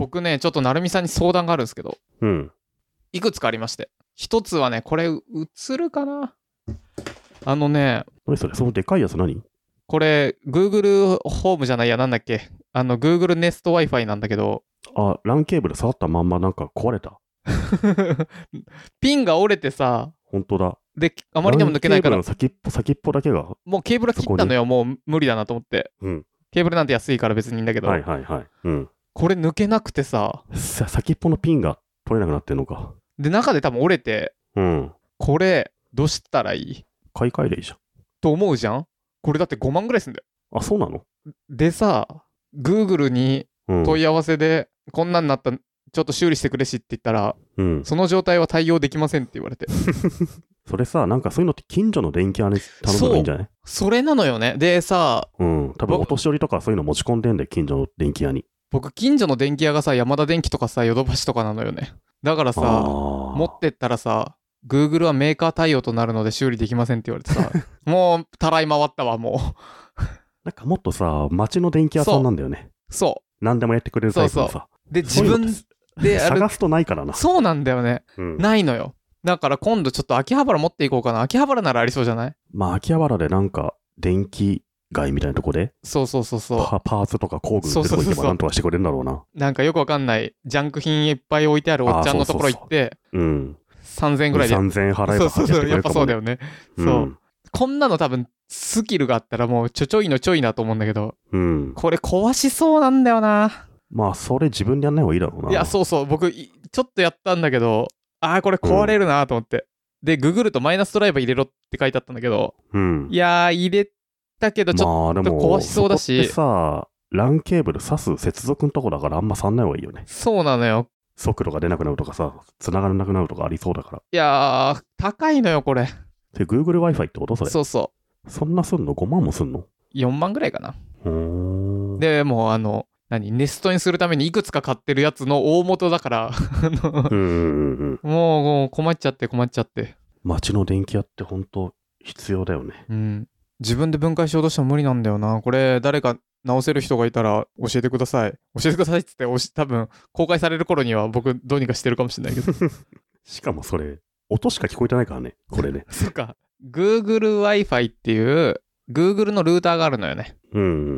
僕ね、ちょっと成美さんに相談があるんですけど、 うん。 いくつかありまして。一つはね、これ映るかな。何それ、そのでかいやつ何？ これ Google ホームじゃないや、なんだっけ、Google Nest Wi-Fi なんだけど、 あ、LAN ケーブル触ったまんまなんか壊れた。 ピンが折れてさ、 本当だ。 であまりにも抜けないから、 LAN ケーブルの先っぽだけが。 もうケーブル切ったのよ。もう無理だなと思って。 うん。 ケーブルなんて安いから別にいいんだけど、 はいはいはい。うん。 これ抜けなくてさ、 先っぽのピンが取れなくなってんのか。 で中で多分折れて、 うん。 これどうしたらいい買い替えりゃいいじゃん。 と思うじゃん。これだって5万ぐらいすんだよ。 あ、そうなの？ でさ、Google に問い合わせで、こんなんなった、ちょっと修理してくれしって言ったら、 うん。 その状態は対応できませんって言われて。 それさ、なんかそういうのって近所の電気屋に頼むのがいいんじゃない？ それなのよね。でさ、 うん。多分お年寄りとかそういうの持ち込んでんで、近所の電気屋に。 僕近所の電気屋がさ、ヤマダ電機とかさ、ヨドバシとかなのよね。だからさ、持ってったらさ、Google はメーカー対応となるので修理できませんって言われてさ、もうたらい回ったわ、もなんかもっとさ、町の電気屋さんなんだよね。 そう。 何でもやってくれるタイプのさ。 で、自分でやる。 探すとないからな。 そうなんだよね。 うん、 ないのよ。だから今度ちょっと秋葉原持っていこうかな。秋葉原ならありそうじゃない？ まあ、秋葉原でなんか、電気街みたいなとこで、 そう。 パーツとか工具ってとこ行けばなんとかしてくれるんだろうな。 なんかよくわかんない、ジャンク品いっぱい置いてあるおっちゃんのところ行って、 うん。 3000円ぐらいで。 3000円払えばやってくれるかも、ね。 やっぱそうだよね。 うん、 そう。こんなの多分、スキルがあったらもうちょいのちょいなと思うんだけど、 うん。 これ壊しそうなんだよな。 まあ、それ自分でやんない方がいいだろうな。 いや、そう。僕、ちょっとやったんだけど、これ壊れるなと思って。で、ググるとマイナスドライバー入れろって書いてあったんだけど、 うん。 いやー、入れたけど、ちょっと壊しそうだし。 まあ、でもそこってさ、LAN ケーブル挿す接続のとこだからあんま触んない方がいいよね。 そうなのよ。 速度が出なくなるとかさ、繋がらなくなるとかありそうだから。 いやー、高いのよ、これ。 で、Google Wi-Fi ってことそれ。 そう。 そんなすんの？ 5 万もすんの？ 4万ぐらいかな。で、もうネストにするためにいくつか買ってるやつの大元だからもう困っちゃって。 街の電気屋って本当必要だよね。 うん。自分で分解しようとしても無理なんだよな。これ、誰か直せる人がいたら教えてください。教えてくださいっつって多分、公開される頃には僕どうにかしてるかもしれないけど。 しかもそれ、音しか聞こえてないからね、これね。 そっか。Google Wi-Fi っていう、Google のルーターがあるのよね。 うん。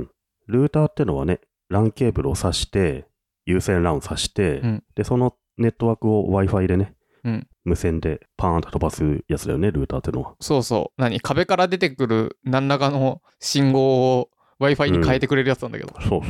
ルーターってのはね、LAN ケーブルを挿して、有線 LAN を挿して、で、そのネットワークを Wi-Fi でね、無線でパーンと飛ばすやつだよね、ルーターってのは。 そう。壁から出てくる何らかの信号を Wi-Fi に変えてくれるやつなんだけど。 そう。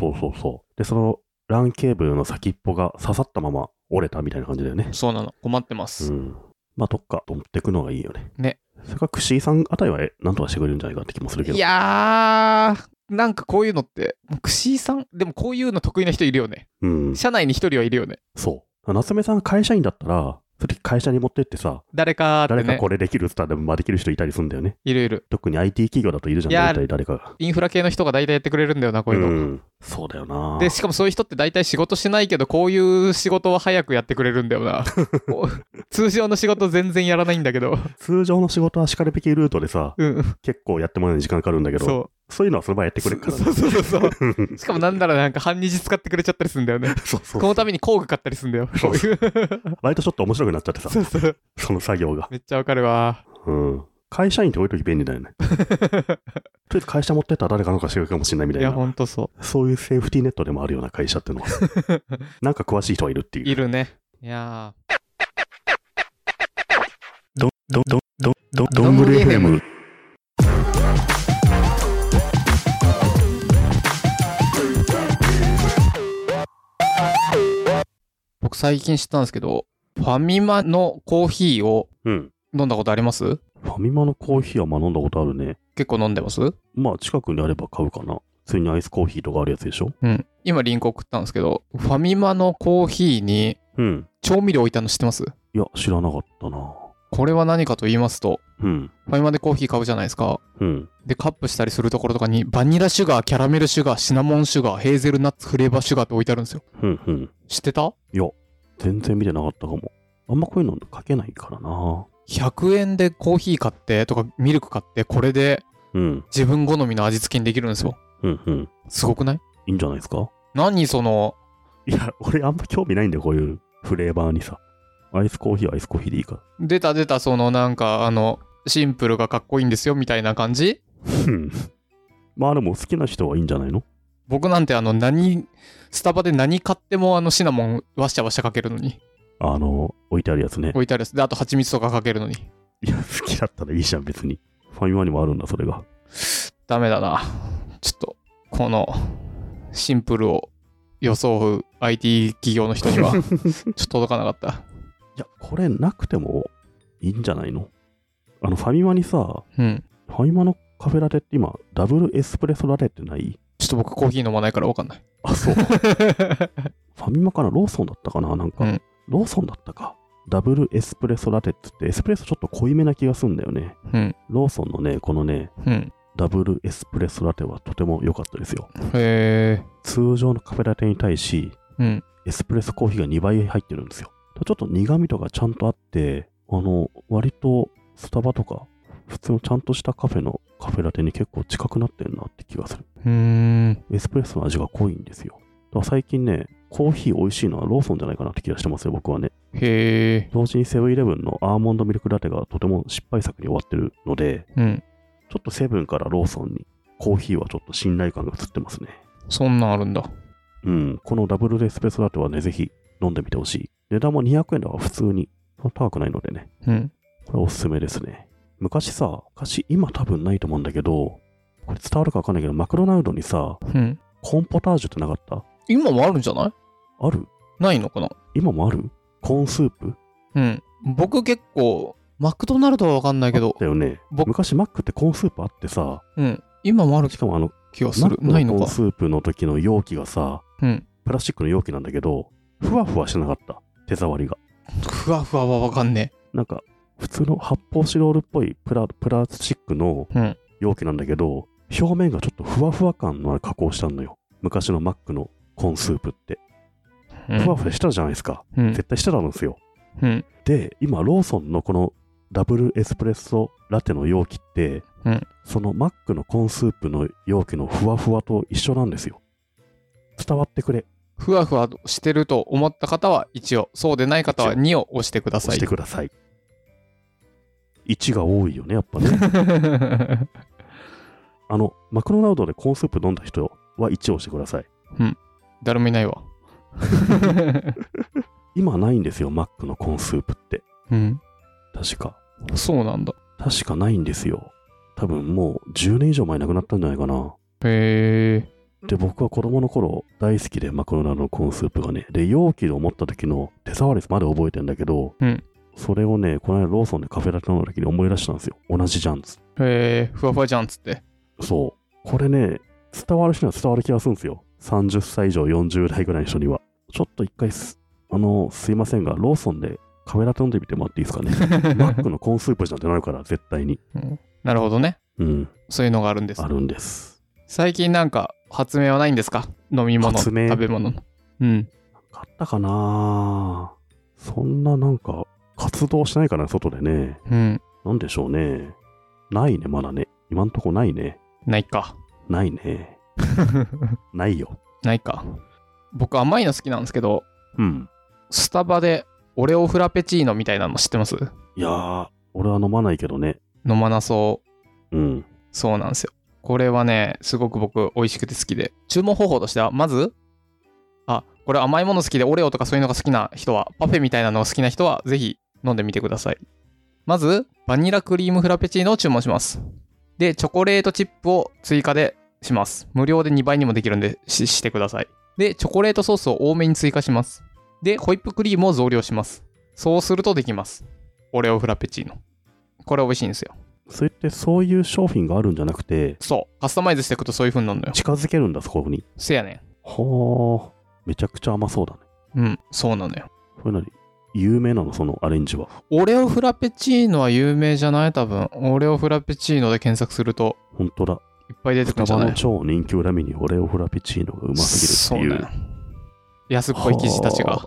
で、その LAN ケーブルの先っぽが刺さったまま折れたみたいな感じだよね。 そうなの。困ってます。 まあ、どっか持ってくのがいいよね。 ね。 それからクシーさんあたりはなんとかしてくれるんじゃないかって気もするけど。 いやー、なんかこういうのって、クシーさん、でもこういうの得意な人いるよね。社内に一人はいるよね。 そう。夏目さんが会社員だったら、それ会社に持ってってさ、 誰かこれできるっつったらでもできる人いたりするんだよね。 いる。 特に IT 企業だといるじゃん、大体誰かが。 インフラ系の人が大体やってくれるんだよな、こういうの。 そうだよな。 で、しかもそういう人って大体仕事しないけど、こういう仕事は早くやってくれるんだよな。通常の仕事全然やらないんだけど。 通常の仕事はしかるべきルートでさ、結構やってもらうのに時間かかるんだけど、そういうのはその場合やってくれるからね。 そう。しかもなんか半日使ってくれちゃったりするんだよね。このために工具買ったりするんだよ。 割とちょっと面白くなっちゃってさ、その作業が。 めっちゃわかるわ。 会社員って置いとき便利だよね。とりあえず会社持ってったら誰かなんかしてるかもしれないみたいな。 いや、ほんとそう。 そういうセーフティーネットでもあるような会社ってのは。なんか詳しい人はいるっていう。 いるね。いやどんぐり FM。 僕最近知ったんですけど、ファミマのコーヒーを飲んだことあります？ ファミマのコーヒーはまあ飲んだことあるね。 結構飲んでます？ まあ近くにあれば買うかな。普通にアイスコーヒーとかあるやつでしょ？ 今リンク送ったんですけど、ファミマのコーヒーに調味料置いたの知ってます？ いや、知らなかったな。 これは何かと言いますと、ファミマでコーヒー買うじゃないですか。で、カップしたりするところとかに、バニラシュガー、キャラメルシュガー、シナモンシュガー、ヘーゼルナッツフレーバーシュガーって置いてあるんですよ。知ってた？ いや、全然見てなかったかも。あんまこういうの書けないからな。 100円でコーヒー買ってとかミルク買って、これで自分好みの味付けにできるんですよ。すごくない？ いいんじゃないですか？ 何そのいや、俺あんま興味ないんだよ、こういうフレーバーにさ。アイスコーヒーはアイスコーヒーでいいから。 出た、そのなんか、シンプルがかっこいいんですよ、みたいな感じ。 まあでも好きな人はいいんじゃないの？ 僕なんてスタバで何買ってもシナモンわしゃわしゃかけるのに。 置いてあるやつね。 置いてあるやつ。で、あと蜂蜜とかかけるのに。 いや、好きだったらいいじゃん、別に。ファミマにもあるんだ、それが。 ダメだな。ちょっと、この、シンプルを装う IT 企業の人には、ちょっと届かなかった。いや、これなくてもいいんじゃないの？ファミマにさ、ファミマのカフェラテって今、ダブルエスプレッソラテってない？ ちょっと僕コーヒー飲まないから分かんない。 あ、そう。ファミマかな？ローソンだったかな？なんか、ローソンだったか。ダブルエスプレッソラテって言って、エスプレッソちょっと濃いめな気がするんだよね。ローソンのね、このね、ダブルエスプレッソラテはとても良かったですよ。 へー。 通常のカフェラテに対し、エスプレッソコーヒーが2倍入ってるんですよ。ちょっと苦味とかちゃんとあって、割とスタバとか、普通のちゃんとしたカフェのカフェラテに結構近くなってんなって気がする。エスプレッソの味が濃いんですよ。だから最近ね、コーヒー美味しいのはローソンじゃないかなって気がしてますよ、僕はね。 へー。 同時にセブンイレブンのアーモンドミルクラテがとても失敗作に終わってるので、ちょっとセブンからローソンにコーヒーはちょっと信頼感が移ってますね。 そんなんあるんだ。 このダブルエスプレッソラテはね、ぜひ飲んでみてほしい。値段も200円だから普通に高くないのでね。これおすすめですね。昔、今多分ないと思うんだけど、これ伝わるかわかんないけど、マクドナルドにさ、コーンポタージュってなかった？ 今もあるんじゃない？ ある？ ないのかな？ 今もある？コーンスープ？ 僕結構、マクドナルドはわかんないけど。 だよね。昔マックってコーンスープあってさ、 今もある。 しかも気がする。ないのか。 コーンスープの時の容器がさ、プラスチックの容器なんだけど、ふわふわしてなかった。手触りが。 ふわふわはわかんねえ。 なんか、普通の発泡スチロールっぽいプラスチックの容器なんだけど、表面がちょっとふわふわ感のある加工したのよ。昔のマックのコーンスープって。ふわふわしてたじゃないですか。絶対してたんですよ。で、今、ローソンのこのダブルエスプレッソラテの容器って、そのマックのコーンスープの容器のふわふわと一緒なんですよ。伝わってくれ。 ふわふわしてると思った方は1を、そうでない方は2を押してください。 押してください。1が多いよね、やっぱね。マクドナルドでコーンスープ飲んだ人は1を押してください。 誰もいないわ。 今ないんですよ、マックのコーンスープって。確か。 そうなんだ。 確かないんですよ。多分もう10年以上前なくなったんじゃないかな。 へー。で、僕は子供の頃大好きで、マクドナルドのコーンスープがね。で、容器を持った時の手触りまで覚えてんだけど、それをね、この間ローソンでカフェラテ飲んだ時に思い出したんですよ。同じじゃんつ。 へー、ふわふわじゃんつって。 そう。これね、伝わる人には伝わる気がするんですよ。30歳以上40代ぐらいの人には。ちょっと一回すいませんが、ローソンでカフェラテ飲んでみてもらっていいですかね。マックのコーンスープじゃんってなるから、絶対に。 なるほどね。そういうのがあるんです。 あるんです。 最近なんか発明はないんですか？飲み物、食べ物の。 あったかな？そんななんか活動しないかな、外でね。なんでしょうね。ないね、まだね。今んとこないね。 ないか。 ないね。ないよ。 ないか。僕甘いの好きなんですけど、スタバでオレオフラペチーノみたいなの知ってます？ いやー、俺は飲まないけどね。 飲まなそう。そうなんですよ。これはね、すごく僕美味しくて好きで。注文方法としては、まず、これ甘いもの好きでオレオとかそういうのが好きな人は、パフェみたいなのが好きな人は、ぜひ飲んでみてください。まず、バニラクリームフラペチーノを注文します。で、チョコレートチップを追加でします。無料で2倍にもできるんでしてください。で、チョコレートソースを多めに追加します。で、ホイップクリームを増量します。そうするとできます。オレオフラペチーノ。これ美味しいんですよ。 それってそういう商品があるんじゃなくて、 そう。カスタマイズしていくとそういう風になるのよ。 近づけるんだ、そこに。 せやねん。 はあ、めちゃくちゃ甘そうだね。そうなのよ。 これ何？有名なの、そのアレンジは。 オレオフラペチーノは有名じゃない？多分。オレオフラペチーノで検索すると。 本当だ。 いっぱい出てくるんじゃない？ スタバの超人気裏メニュー、オレオフラペチーノがうますぎるっていう。 そうね。安っぽい生地たちが。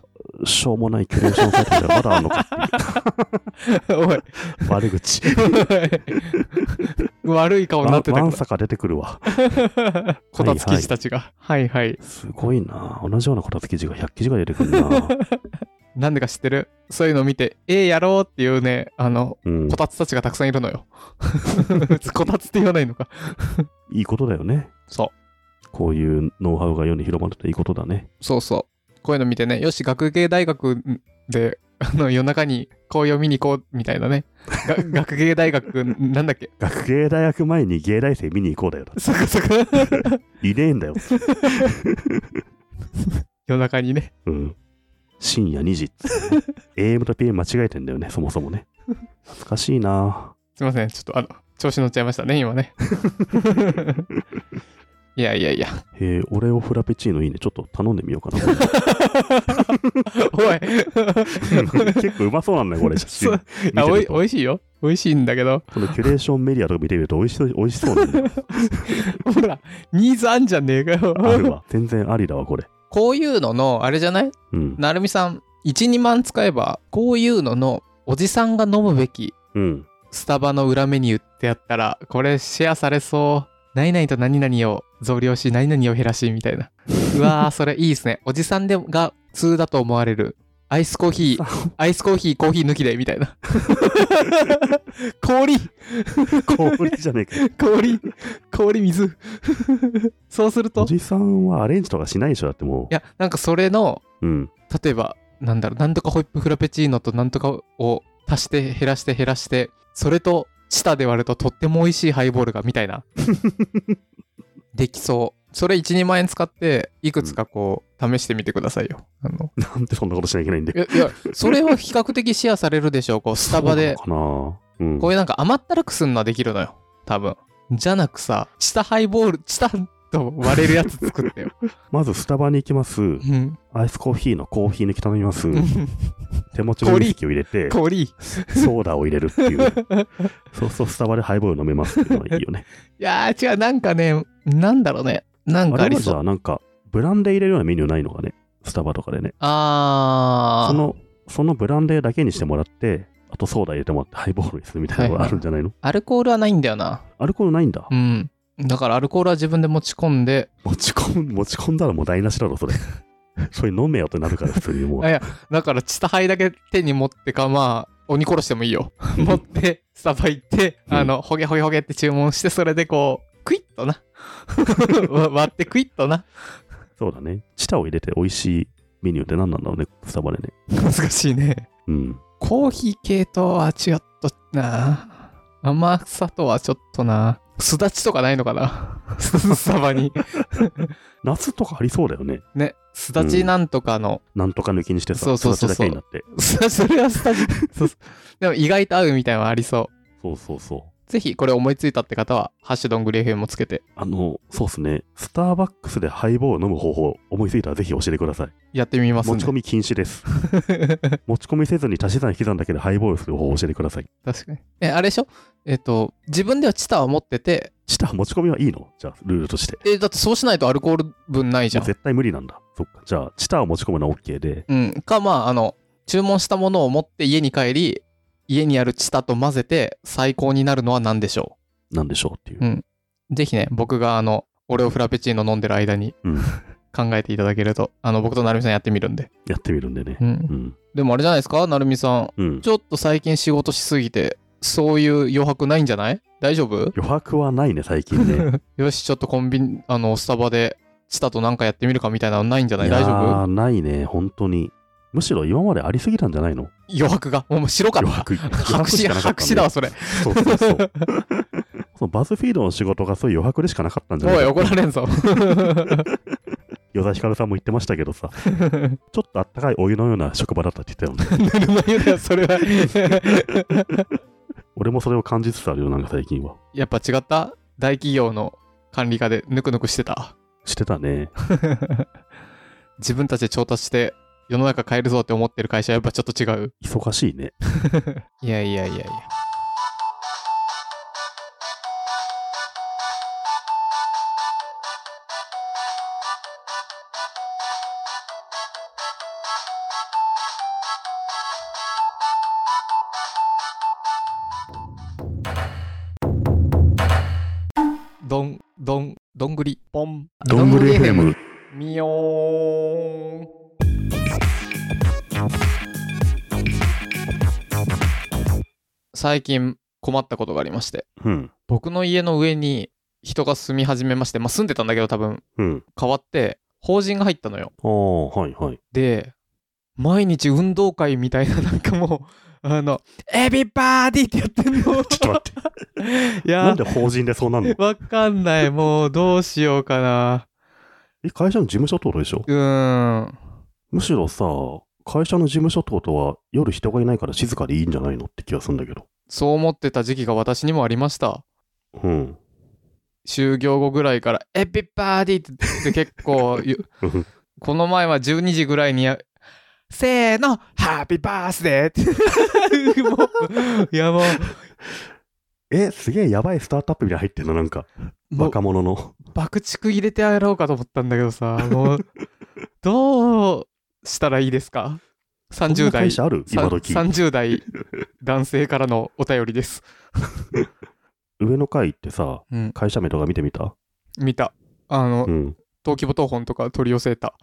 しょうもないキュレーションサイトではまだあるのかっていう。おい。悪口。 悪い顔になってたから。 まさか出てくるわ。 こたつ記事たちが。はいはい。 すごいな。同じようなこたつ記事が100記事が出てくるな。 なんでか知ってる？そういうのを見て、やろうっていうね、こたつたちがたくさんいるのよ。こたつって言わないのか。 いいことだよね。 そう。 こういうノウハウが世に広まるといいことだね。 そうそう。こういうの見てね、よし、学芸大学で、夜中に紅葉見に行こうみたいなね。学芸大学、なんだっけ？ 学芸大学前に芸大生見に行こうだよ。 そこそこ。 いねえんだよ。 夜中にね。 うん。深夜2時って、ね。AM と PM 間違えてんだよね、そもそもね。懐かしいな。 すいません、ちょっと調子乗っちゃいましたね、今ね。いやいやいや。 オレオフラペチーノいいね。ちょっと頼んでみようかな。 おい。 結構うまそうなんだよ、これ。写真おいしいよ。おいしいんだけど。 このキュレーションメディアとか見てみると美味しそうなんだよ。 ほら、ニーズあんじゃねえかよ。 あるわ。全然ありだわ、これ。 こういうのの、あれじゃない？うん。なるみさん、1、2万使えば、こういうのの、おじさんが飲むべき、うん。スタバの裏メニューってやったら、これシェアされそう。何々と何々を増量し、何々を減らし、みたいな。うわー、それいいですね。おじさんが普通だと思われる。アイスコーヒー、コーヒー抜きで、みたいな。氷じゃねえか。 氷水。そうすると。 おじさんはアレンジとかしないでしょ、だってもう。 いや、なんかそれの、うん、例えば、なんとかホイップフラペチーノとなんとかを足して減らして、それと、舌で割るととっても美味しいハイボールがみたいなできそう。それ 1,2 万円使っていくつかこう試してみてくださいよ。 なんでそんなことしなきゃいけないんで。 いやそれは比較的シェアされるでしょう。こうスタバでこういうなんか甘ったるくすんのはできるのよ多分。じゃなくさ、舌ハイボールと割れるやつ作ってよ。 まずスタバに行きます、うん、アイスコーヒーのコーヒー抜き頼みます。手持ちのウイスキーを入れてソーダを入れるっていう。そうそう、スタバでハイボール飲めますっていうのがいいよね。 いやー違う、なんかね、なんだろうね、なんかありそう。 あれはじゃあなんかブランデー入れるようなメニューないのかね、スタバとかでね。そのブランデーだけにしてもらって、あとソーダ入れてもらってハイボールにするみたいなのがあるんじゃないの？ アルコールはないんだよな。 アルコールないんだ。 うん。だからアルコールは自分で持ち込んで。 持ち込んだらもう台無しだろ、それ。それ飲めよってなるから、普通にもう。 いや、だから、チタハイだけ手に持ってか、まあ、鬼殺してもいいよ。持って、スタバ行って、ほげって注文して、それでこう、クイッとな。割ってクイッとな。 そうだね。チタを入れて美味しいメニューって何なんだろうね、スタバでね。 難しいね。うん。コーヒー系とは違っとな。甘さとはちょっとな。すだちとかないのかなスタバに。 夏とかありそうだよね。 ね。すだちなんとかの、 なんとか抜きにしてさ、 そうすだちだけになって。 それはすだち。でも意外と合うみたいなのありそう。 そう。 ぜひこれ思いついたって方は、ハッシュドングリ FM もつけて。 そうっすね。スターバックスでハイボール飲む方法、思いついたらぜひ教えてください。 やってみますね。 持ち込み禁止です。持ち込みせずに足し算引き算だけでハイボールする方法を教えてください。 確かに。あれでしょ？自分ではチタは持ってて。 チタ持ち込みはいいの？じゃあ、ルールとして。 だってそうしないとアルコール分ないじゃん。 絶対無理なんだ。そっか。じゃあ、チタを持ち込むのは OK で。 うん。まあ、注文したものを持って家に帰り、家にあるチタと混ぜて最高になるのは何でしょう？ なんでしょうっていう。 うん。ぜひね、僕がオレオフラペチーノ飲んでる間に、うん、考えていただけると、僕となるみさんやってみるんで。 やってみるんでね。 うん。でもあれじゃないですか、なるみさん。うん、ちょっと最近仕事しすぎて、そういう余白ないんじゃない？大丈夫？ 余白はないね、最近ね。 よし、ちょっとコンビニ、スタバで、チタとなんかやってみるかみたいなのないんじゃない？大丈夫？ ないね、本当に。むしろ今までありすぎたんじゃないの？ 余白が。もう白かった。白紙だわ、それ。 そう。そのバズフィードの仕事がそういう余白でしかなかったんじゃない？ おい、怒られんぞ。 与田ヒカルさんも言ってましたけどさ、ちょっとあったかいお湯のような職場だったって言ったよね。 ぬるま湯だよ、それは。 俺もそれを感じつつあるよ、なんか最近は。 やっぱ違った？大企業の管理課でぬくぬくしてた。 してたね。 自分たちで調達して世の中変えるぞって思ってる会社はやっぱちょっと違う。 忙しいね。 いや。 どんぐりポンどんぐり FM みよーん。最近困ったことがありまして、僕の家の上に人が住み始めまして、住んでたんだけど多分、変わって法人が入ったのよ。で、毎日運動会みたいな、なんかもうエビバーディってやってんの。ちょっと待って。いや、なんで法人でそうなんの？ わかんない。もうどうしようかな。 会社の事務所ってことでしょ？むしろさ、会社の事務所ってことは夜人がいないから静かでいいんじゃないのって気がするんだけど。 そう思ってた時期が私にもありました。就業後ぐらいからエビバーディって結構この前は12時ぐらいにせーのハッピーバースデーってもういやもうすげえやばいスタートアップみたいに入ってんの、なんか若者の爆竹入れてやろうかと思ったんだけどさ、もうどうしたらいいですか？30代今時 30代男性からのお便りです上の階ってさ、会社名とか見た見た。登記簿謄本とか取り寄せた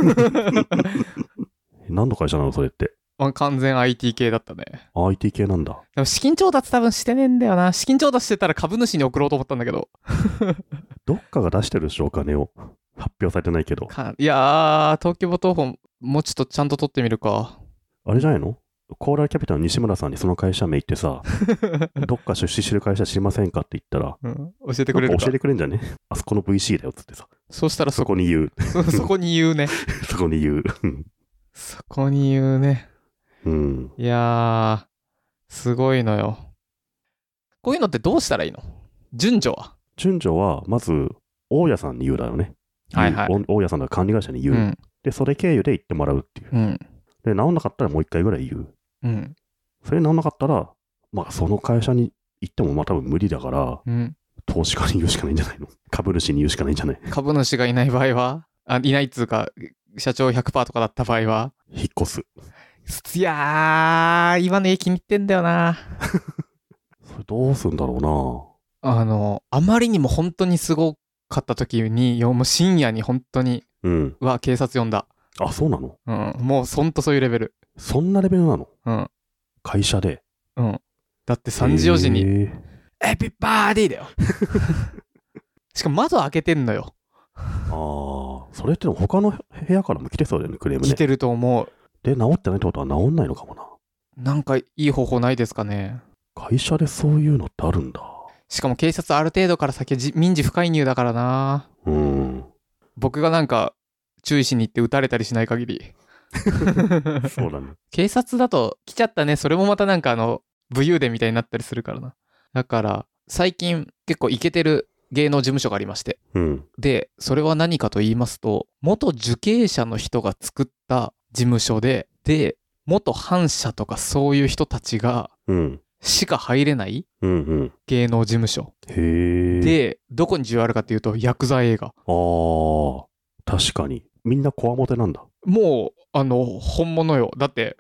何の会社なのそれって？ 完全 IT 系だったね。 IT 系なんだ。 でも資金調達多分してねえんだよな。資金調達してたら株主に送ろうと思ったんだけどどっかが出してるでしょ、お金を。発表されてないけど。 いやー、登記簿謄本もうちょっとちゃんと取ってみるか。 あれじゃないの？コーラルキャピタルの西村さんにその会社名言ってさどっか出資してる会社知りませんかって言ったら、 教えてくれるか。 教えてくれんじゃね？あそこの VC だよっつってさ。 そうしたらそこに言うそこに言うねそこに言うそこに言うね。いやー、すごいのよ。こういうのってどうしたらいいの？順序はまず大家さんに言うだよね。大家さんの管理会社に言う、でそれ経由で言ってもらうっていう、で治んなかったらもう一回ぐらい言う、それ治んなかったらその会社に行っても多分無理だから、投資家に言うしかないんじゃないの？株主に言うしかないんじゃない？ 株主がいない場合は、いないっつうか社長 100% とかだった場合は引っ越す。 いやー、今の家気に入ってんだよなそれどうすんだろうな。あまりにも本当にすごかった時に、もう深夜に本当に、警察呼んだ。 あ、そうなの？ もうほんとそういうレベル。 そんなレベルなの？会社で。 だって3時4時にエビバーディーだよしかも窓開けてんのよ。 それって他の部屋からも来てそうだよね、クレームね。 来てると思う。 で、治ってないってことは治んないのかもな。 なんかいい方法ないですかね？ 会社でそういうのってあるんだ。 しかも警察ある程度から先民事不介入だからな。僕がなんか注意しに行って撃たれたりしない限りそうだね。 警察だと来ちゃったね、それもまたなんか武勇伝みたいになったりするからな。だから最近結構イケてる芸能事務所がありまして、でそれは何かと言いますと、元受刑者の人が作った事務所で元反社とかそういう人たちがしか入れない芸能事務所、でどこに需要あるかっていうとヤクザ映画。 確かにみんなこわもてなんだ。 もう本物よ。だって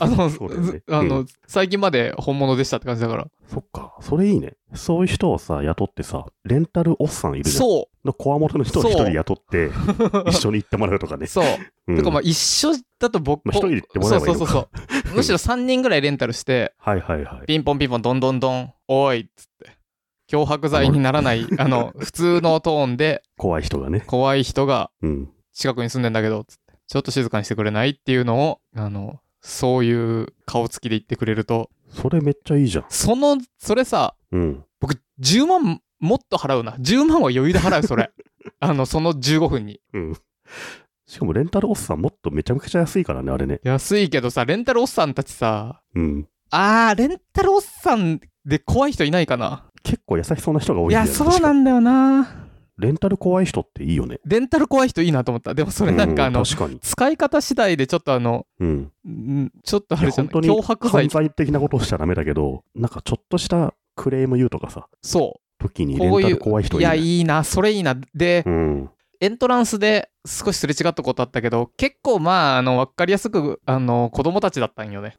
最近まで本物でしたって感じだから。 そっか、それいいね。そういう人をさ雇ってさ、レンタルおっさんいるじゃん。のこわもての人を一人雇って一緒に行ってもらうとかね。 てか一緒だと僕一人で行ってもらえばいいのか。 むしろ3人ぐらいレンタルしてピンポンピンポンどんどんどんおいっつって脅迫罪にならない普通のトーンで怖い人が近くに住んでんだけどつってちょっと静かにしてくれないっていうのをそういう顔つきで言ってくれると、 それめっちゃいいじゃん。 それさ、僕10万もっと払うな。10万は余裕で払うそれその15分に、しかもレンタルおっさんもっとめちゃくちゃ安いからね、あれね。 安いけどさ、レンタルおっさんたちさ、レンタルおっさんで怖い人いないかな。 結構優しそうな人が多いんだよね。 いや、そうなんだよな。 レンタル怖い人っていいよね。 レンタル怖い人いいなと思った。でもそれなんか確かに使い方次第でちょっとちょっとあれじゃない、 脅迫罪犯罪的なことをしちゃダメだけど、なんかちょっとしたクレーム言うとかさ、時にレンタル怖い人いいね。 いや、いいな、それいいな。で、エントランスで少しすれ違ったことあったけど、結構分かりやすく子供たちだったんよね。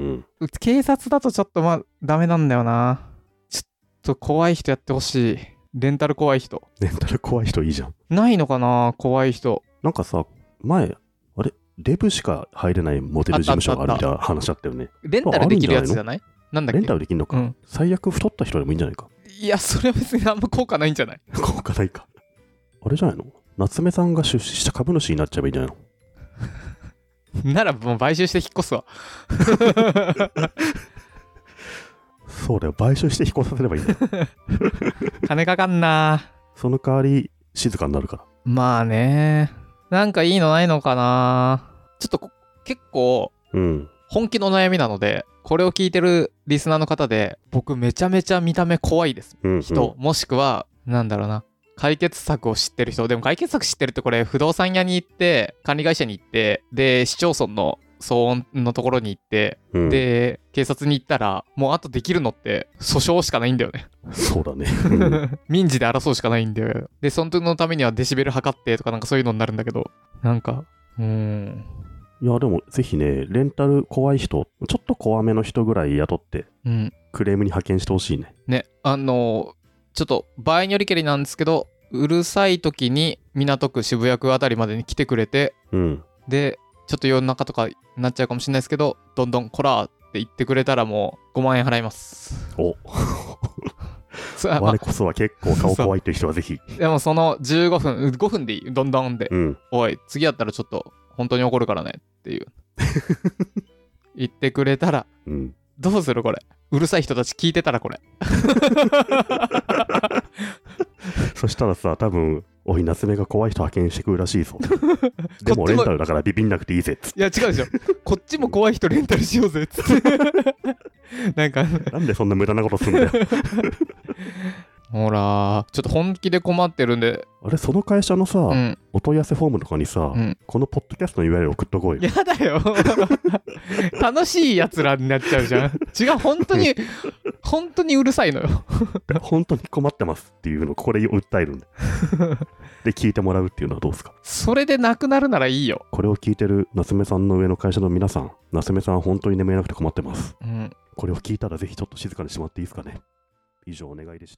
警察だとちょっとダメなんだよな。ちょっと怖い人やってほしい。 レンタル怖い人。 レンタル怖い人いいじゃん。 ないのかな、怖い人。 なんかさ、前、あれデブしか入れないモデル事務所があるみたいな話あったよね。 レンタルできるやつじゃない？なんだっけ？ レンタルできんのか、最悪太った人でもいいんじゃないか。 いや、それは別にあんま効果ないんじゃない？ 効果ないか。あれじゃないの？夏目さんが出資した株主になっちゃえばいいんじゃないの？ならもう買収して引っ越すわ。 そうだよ、買収して引っ越させればいいんだよ。 金かかんな。 その代わり静かになるから。 まあね。なんかいいのないのかな。ちょっと結構本気の悩みなので、これを聞いてるリスナーの方で、僕めちゃめちゃ見た目怖いです、人、もしくはなんだろうな、解決策を知ってる人。でも解決策知ってるってこれ不動産屋に行って管理会社に行ってで市町村の騒音のところに行って、で警察に行ったらもうあとできるのって訴訟しかないんだよね。 そうだね。 民事で争うしかないんだよ。でそのためにはデシベル測ってとかなんかそういうのになるんだけど、なんかいやでもぜひね、レンタル怖い人、ちょっと怖めの人ぐらい雇って、クレームに派遣してほしいね。 ね、ちょっと場合によりけりなんですけど、うるさい時に港区渋谷区あたりまでに来てくれて、でちょっと夜中とかになっちゃうかもしれないですけど、どんどんこらーって言ってくれたらもう5万円払います。 お我こそは結構顔怖いっていう人はぜひ。 でもその5分でいい、どんどんで、おい次やったらちょっと本当に怒るからねっていう言ってくれたら、どうするこれ。うるさい人たち聞いてたらこれ。 そしたらさ、多分おい夏目が怖い人派遣してくるらしいぞ。でもレンタルだからビビんなくていいぜっつって。 いや違うでしょ。こっちも怖い人レンタルしようぜっつって。 なんでそんな無駄なことすんだよ。 ほらちょっと本気で困ってるんで。 あれ、その会社のさ、お問い合わせフォームとかにさ、このポッドキャストの URL 送っとこうよ。 やだよ。楽しいやつらになっちゃうじゃん。違う、本当にうるさいのよ。 本当に困ってますっていうのをこれを訴えるんで。で聞いてもらうっていうのはどうですか？ それでなくなるならいいよ。 これを聞いてる夏目さんの上の会社の皆さん、夏目さん本当に眠れなくて困ってます。これを聞いたらぜひちょっと静かにしてもらっていいですかね。以上お願いでした。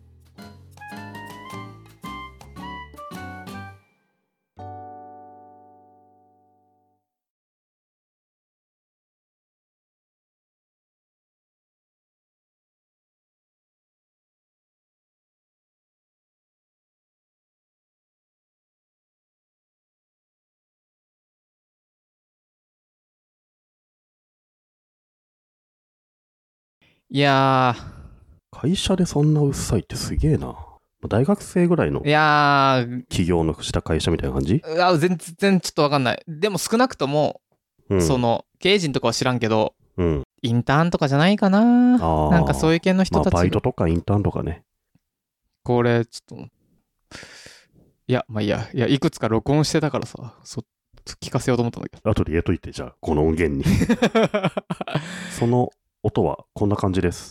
いやー、会社でそんなうっさいってすげえな。大学生ぐらいの企業のした会社みたいな感じ？ 全然ちょっと分かんない。でも少なくとも、その経営陣とかは知らんけど、インターンとかじゃないかな。なんかそういう系の人たち、 バイトとかインターンとかね。 これちょっといやいくつか録音してたからさ、聞かせようと思ったんだけど。 後で入れといて、じゃあこの音源に。その音はこんな感じです。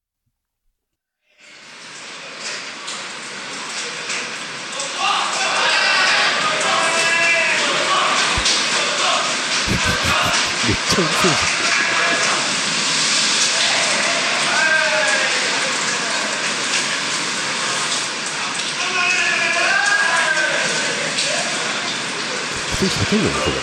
めっちゃうるせえじゃん。普通に叫んでるのこれ。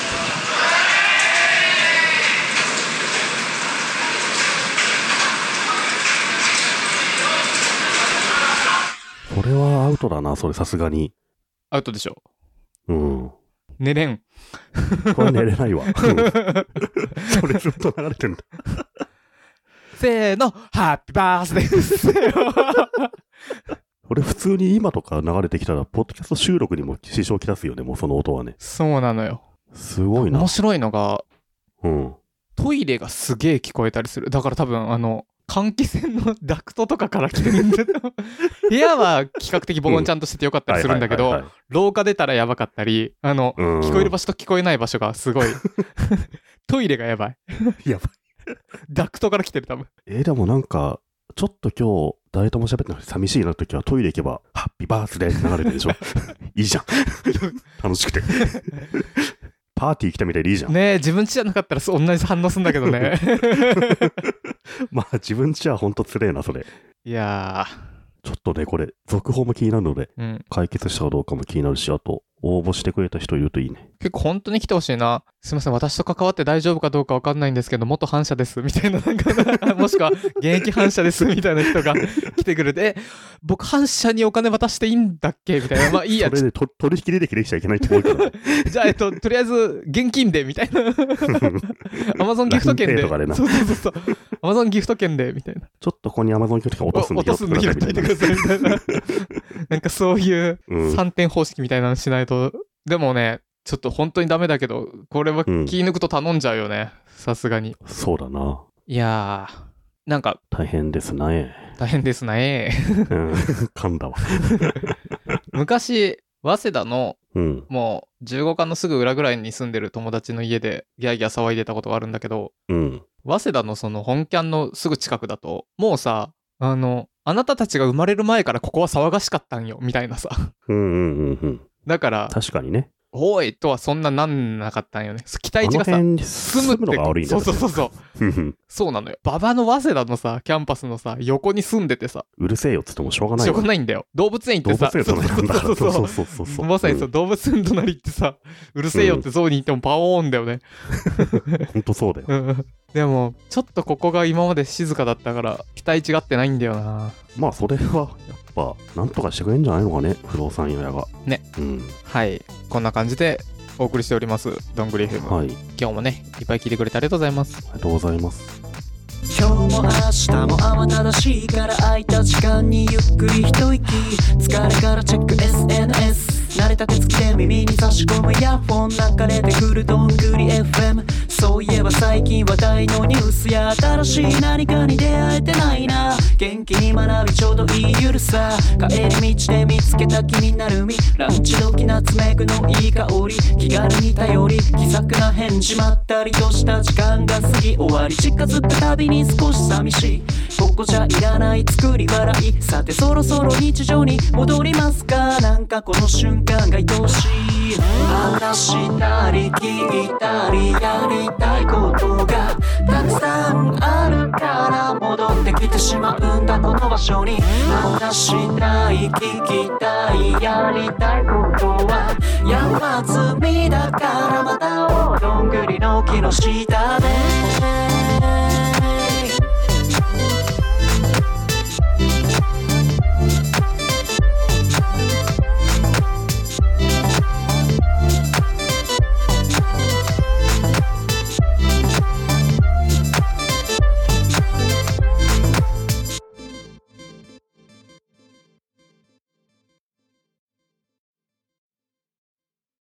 これはアウトだな、それさすがに。 アウトでしょ。 寝れん。 これ寝れないわ。それずっと流れてんだ。 せーの、ハッピーバースデー。 これ普通に今とか流れてきたら、ポッドキャスト収録にも支障きたすよね、もうその音はね。 そうなのよ。 すごいな。 面白いのが、トイレがすげえ聞こえたりする。だから多分換気扇のダクトとかから来てるんだけど、部屋は比較的防音ちゃんとしててよかったりするんだけど、廊下出たらやばかったり、聞こえる場所と聞こえない場所がすごいトイレがやばい。 やばい。 ダクトから来てる多分。 でもなんかちょっと今日誰とも喋ってなくて寂しいな時はトイレ行けばハッピーバースデーって流れてるでしょ。いいじゃん。楽しくて。パーティー来たみたいでいいじゃん。 ねえ、自分家じゃなかったら同じ反応するんだけどね。 まあ自分家はほんとつれえなそれ。 いやちょっとね、これ、続報も気になるので、解決したかどうかも気になるし、あと、応募してくれた人いるといいね。 結構本当に来てほしいな。すいません、私と関わって大丈夫かどうかわかんないんですけど、元反社です、みたいな、なんか、もしくは、現役反社です、みたいな人が来てくれて、僕反社にお金渡していいんだっけみたいな。まあいいや。 それで取引履歴できちゃいけないと思うけど。 じゃあ、とりあえず、現金で、みたいな。Amazon ギフト券で。そう。Amazon ギフト券で、みたいな。 ちょっとここに Amazon ギフト券落とすんで落とすんで拾ってみてください、みたいな。なんかそういう3点方式みたいなのしないと。でもね、ちょっと本当にダメだけど、これは気抜くと頼んじゃうよね。さすがに。 そうだな。 いやー、なんか。 大変ですね。 大変ですね。 噛んだわ。 昔、早稲田の、もう15巻のすぐ裏ぐらいに住んでる友達の家でギャーギャー騒いでたことがあるんだけど、早稲田のその本キャンのすぐ近くだと、もうさ、あなたたちが生まれる前からここは騒がしかったんよ、みたいなさ。だから、 確かにね。 おいとはそんななんなかったんよね。期待値がさ、 住むのが悪いんだよね。 そう。そうなのよ。馬場の早稲田のさ、キャンパスのさ、横に住んでてさ。 うるせえよっつってもしょうがないよ。 しょうがないんだよ。動物園行ってさ。 動物園隣なんだから。そう。 まさにさ、動物園隣行ってさ、うるせえよってゾウに行ってもパオーンだよね。 ほんとそうだよ。 でも、ちょっとここが今まで静かだったから、期待値が合ってないんだよな。 まあ、それは、やっぱ、なんとかしてくれんじゃないのかね、不動産屋が。 ね。はい。こんな感じでお送りしております、どんぐり FM。はい。今日もね、いっぱい聞いてくれてありがとうございます。 ありがとうございます。 今日も明日も慌ただしいから空いた時間にゆっくり一息疲れからチェック SNS 慣れた手つきで耳に差し込むイヤホン流れてくるどんぐり FM そういえば最近話題のニュースや新しい何かに出会えてないな元気に学びちょうどいいゆるさ帰り道で見つけた気になる実ランチ時ナツメグのいい香り気軽に頼り気さくな返事まったりとした時間が過ぎ終わり近づくたびに少し寂しいここじゃいらない作り笑いさてそろそろ日常に戻りますかなんかこの瞬間が愛おしい話したり聞いたりやりたいことがたくさんあるから戻ってきてしまうんだこの場所に話したい聞きたいやりたいことは山積みだからまたどんぐりの木の下で